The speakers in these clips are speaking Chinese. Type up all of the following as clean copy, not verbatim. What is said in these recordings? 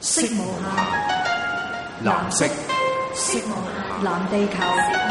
色無限， 藍色， 色無限，藍地球。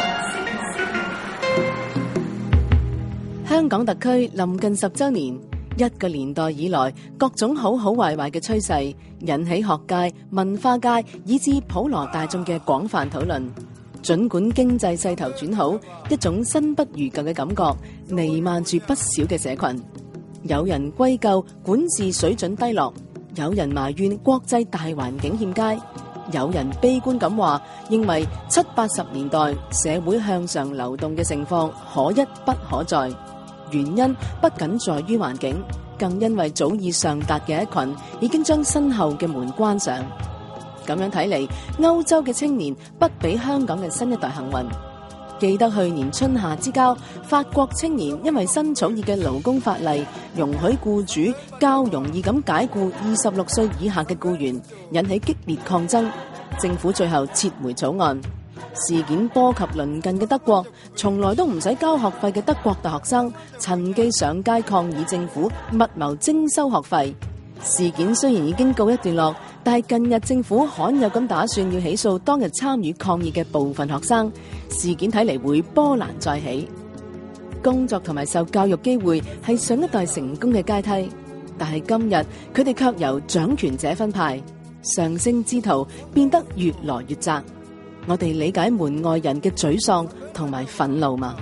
香港特區臨近10週年，一個年代以來各種好好壞壞嘅趨勢，引起學界、文化界以至普羅大眾嘅廣泛討論。儘管經濟勢頭轉好，一種新不如舊嘅感覺瀰漫住不少嘅社群。有人歸咎管治水準低落，有人埋怨國際大環境欠佳，有人悲觀咁話，認為70、80年代社會向上流動嘅情況可一不可再。原因不僅在於環境，更因為早已上達嘅一群已經將身後嘅門關上。咁樣睇嚟，歐洲嘅青年不比香港嘅新一代幸運。記得去年春夏之交，法國青年因為新草擬嘅勞工法例，容許僱主較容易咁解僱26歲以下嘅僱員，引起激烈抗爭。政府最後撤回草案。事件波及鄰近嘅德國，從來都唔使交學費嘅德國大學生，趁機上街抗議政府密謀徵收學費。事件雖然已經告一段落，但係近日政府罕有咁打算要起訴當日參與抗議嘅部分學生。事件睇嚟會波瀾再起。工作同埋受教育機會係上一代成功嘅階梯，但係今日佢哋卻由掌權者分派，上升之途變得越來越窄。我哋理解門外人嘅沮喪同埋憤怒嘛？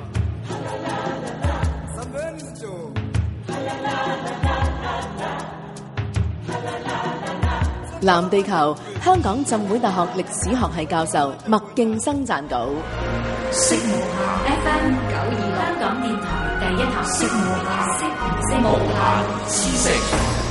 藍地球，香港浸會大學歷史學系教授麥勁生撰稿。 色無限 FM 926，香港電台第一台。色無限， 無限知識。